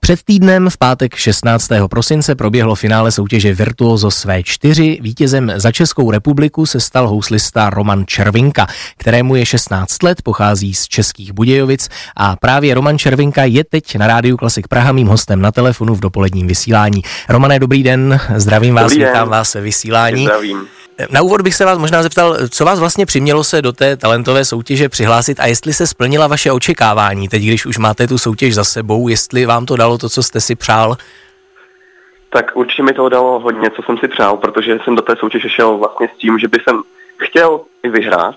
Před týdnem v pátek 16. prosince proběhlo finále soutěže Virtuózos V4. Vítězem za Českou republiku se stal houslista Roman Červinka, kterému je 16 let, pochází z Českých Budějovic a právě Roman Červinka je teď na Rádiu Klasik Praha mým hostem na telefonu v dopoledním vysílání. Romane, dobrý den, zdravím vás, vítám vás ve vysílání. Zdravím. Na úvod bych se vás možná zeptal, co vás vlastně přimělo se do té talentové soutěže přihlásit a jestli se splnila vaše očekávání, teď když už máte tu soutěž za sebou, jestli vám to dalo to, co jste si přál? Tak určitě mi to dalo hodně, co jsem si přál, protože jsem do té soutěže šel vlastně s tím, že bych jsem chtěl i vyhrát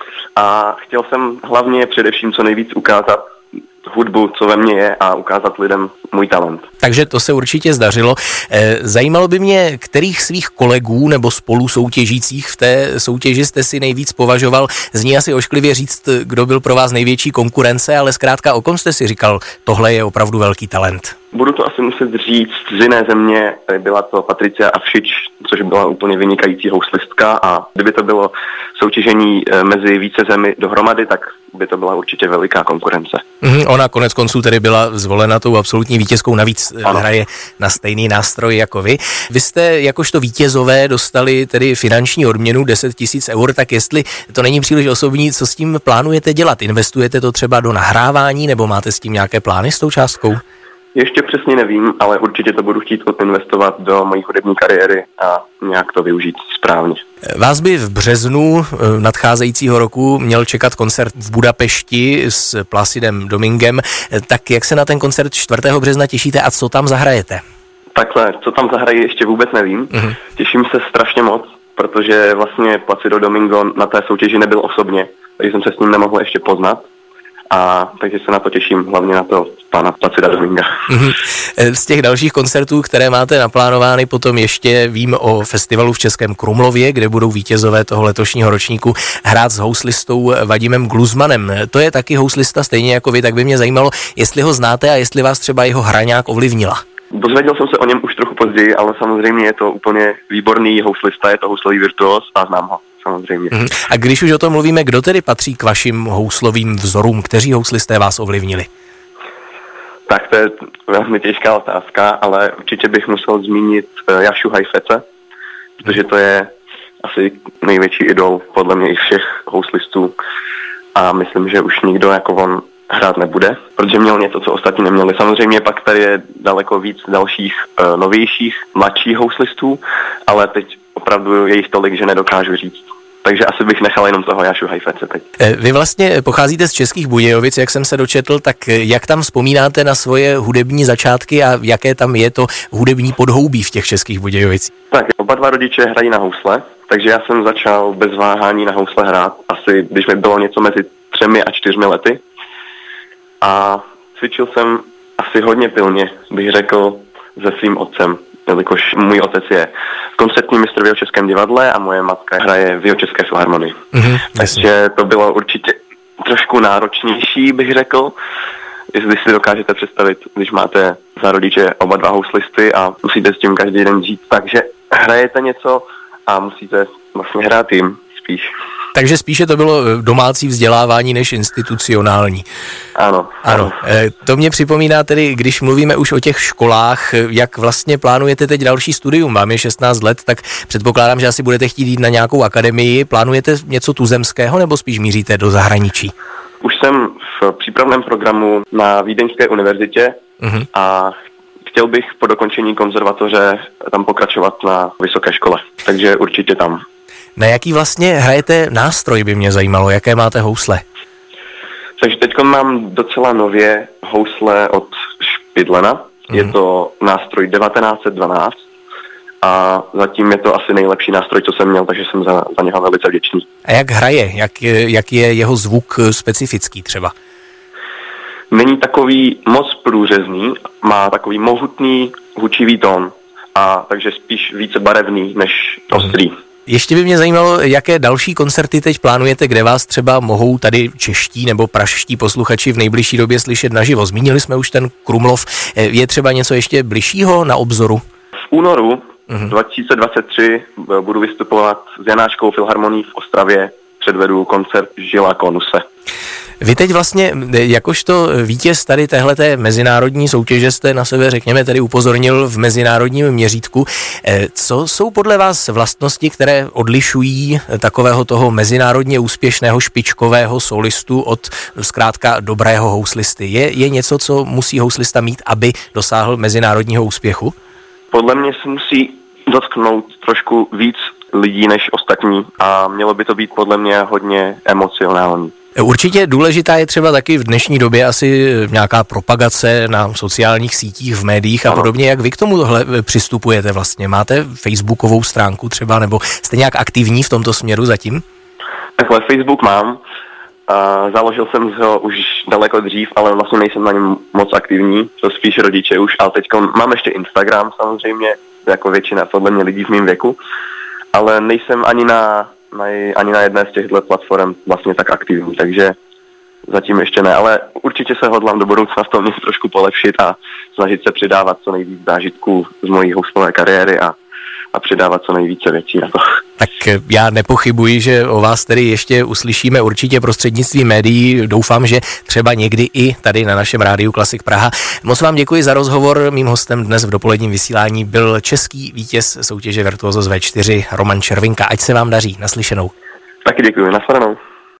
a chtěl jsem hlavně především co nejvíc ukázat hudbu, co ve mně je a ukázat lidem můj talent. Takže to se určitě zdařilo. Zajímalo by mě, kterých svých kolegů nebo spolusoutěžících v té soutěži jste si nejvíc považoval. Zní asi ošklivě říct, kdo byl pro vás největší konkurence, ale zkrátka o kom jste si říkal, tohle je opravdu velký talent? Budu to asi muset říct z jiné země, byla to Patricia Avšič, což byla úplně vynikající houslistka a kdyby to bylo soutěžení mezi více zemi dohromady, tak by to byla určitě veliká konkurence. Ona konec konců tedy byla zvolena tou absolutní vítězkou, navíc hraje na stejný nástroj jako vy. Vy jste jakožto vítězové dostali tedy finanční odměnu 10 000 eur, tak jestli to není příliš osobní, co s tím plánujete dělat? Investujete to třeba do nahrávání nebo máte s tím nějaké plány s tou částkou? Ještě přesně nevím, ale určitě to budu chtít investovat do mojí hudební kariéry a nějak to využít správně. Vás by v březnu nadcházejícího roku měl čekat koncert v Budapešti s Placidem Domingem. Tak jak se na ten koncert 4. března těšíte a co tam zahrajete? Takhle, co tam zahrají, ještě vůbec nevím. Těším se strašně moc, protože vlastně Placido Domingo na té soutěži nebyl osobně, takže jsem se s ním nemohl ještě poznat. A takže se na to těším, hlavně na to pana Placida Dominga. Z těch dalších koncertů, které máte naplánovány, potom ještě vím o festivalu v Českém Krumlově, kde budou vítězové toho letošního ročníku hrát s houslistou Vadimem Gluzmanem. To je taky houslista stejně jako vy, tak by mě zajímalo, jestli ho znáte a jestli vás třeba jeho hra nějak ovlivnila. Dozvěděl jsem se o něm už trochu později, ale samozřejmě je to úplně výborný houslista, je to houslový virtuóz a znám ho. Samozřejmě. A když už o tom mluvíme, kdo tedy patří k vašim houslovým vzorům? Kteří houslisté vás ovlivnili? Tak to je velmi těžká otázka, ale určitě bych musel zmínit Jašu Hajfece, protože to je asi největší idol podle mě i všech houslistů a myslím, že už nikdo jako on hrát nebude, protože měl něco, co ostatní neměli. Samozřejmě pak tady je daleko víc dalších novějších, mladších houslistů, ale teď opravdu je jich tolik, že nedokážu říct. Takže asi bych nechal jenom toho Jašu Hajfece teď. Vy vlastně pocházíte z Českých Budějovic, jak jsem se dočetl, tak jak tam vzpomínáte na svoje hudební začátky a jaké tam je to hudební podhoubí v těch Českých Budějovicích? Tak, oba dva rodiče hrají na housle, takže já jsem začal bez váhání na housle hrát, asi když mi bylo něco mezi 3 a 4 lety. A cvičil jsem asi hodně pilně, bych řekl, se svým otcem, jelikož můj otec je koncertní mistr v Jihočeském divadle a moje matka hraje v Jihočeské filharmonii. Takže to bylo určitě trošku náročnější, bych řekl, jestli si dokážete představit, když máte za rodiče oba dva houslisty a musíte s tím každý den žít. Takže hrajete něco a musíte vlastně hrát jim spíš. Takže spíše to bylo domácí vzdělávání než institucionální. Ano. To mě připomíná tedy, když mluvíme už o těch školách, jak vlastně plánujete teď další studium. Vám je 16 let, tak předpokládám, že asi budete chtít jít na nějakou akademii. Plánujete něco tuzemského nebo spíš míříte do zahraničí? Už jsem v přípravném programu na Vídeňské univerzitě a chtěl bych po dokončení konzervatoře tam pokračovat na vysoké škole. Takže určitě tam. Na jaký vlastně hrajete nástroj, by mě zajímalo, jaké máte housle? Takže teď mám docela nově housle od Špidlena. Je to nástroj 1912 a zatím je to asi nejlepší nástroj, co jsem měl, takže jsem za něho velice vděčný. A jak hraje? Jak je jeho zvuk specifický třeba? Není takový moc průřezný, má takový mohutný, hučivý tón, a takže spíš více barevný než ostrý. Ještě by mě zajímalo, jaké další koncerty teď plánujete, kde vás třeba mohou tady čeští nebo pražští posluchači v nejbližší době slyšet naživo. Zmínili jsme už ten Krumlov. Je třeba něco ještě bližšího na obzoru? V únoru 2023 budu vystupovat s Janáčkou filharmonií v Ostravě. Předvedu koncert Žila Konuse. Vy teď vlastně, jakožto vítěz tady téhleté mezinárodní soutěže jste na sebe, řekněme, tedy upozornil v mezinárodním měřítku. Co jsou podle vás vlastnosti, které odlišují takového toho mezinárodně úspěšného špičkového solistu od zkrátka dobrého houslisty? Je něco, co musí houslista mít, aby dosáhl mezinárodního úspěchu? Podle mě se musí dotknout trošku víc lidí než ostatní a mělo by to být podle mě hodně emocionální. Určitě důležitá je třeba taky v dnešní době asi nějaká propagace na sociálních sítích, v médiích a podobně. Jak vy k tomuhle přistupujete vlastně? Máte facebookovou stránku třeba, nebo jste nějak aktivní v tomto směru zatím? Takhle Facebook mám. Založil jsem ho už daleko dřív, ale vlastně nejsem na něm moc aktivní, to spíš rodiče už, ale teď mám ještě Instagram samozřejmě, jako většina podle mě lidí v mém věku, ale nejsem ani na jedné z těchto platform vlastně tak aktivní, takže zatím ještě ne, ale určitě se hodlám do budoucna v tom něco trošku polepšit a snažit se přidávat co nejvíc zážitků z mojí houslové kariéry a přidávat co nejvíce věcí na to. Tak já nepochybuji, že o vás tedy ještě uslyšíme určitě prostřednictvím médií. Doufám, že třeba někdy i tady na našem rádiu Klasik Praha. Moc vám děkuji za rozhovor. Mým hostem dnes v dopoledním vysílání byl český vítěz soutěže Virtuózos V4 Roman Červinka. Ať se vám daří. Naslyšenou. Taky děkuji. Nashledanou.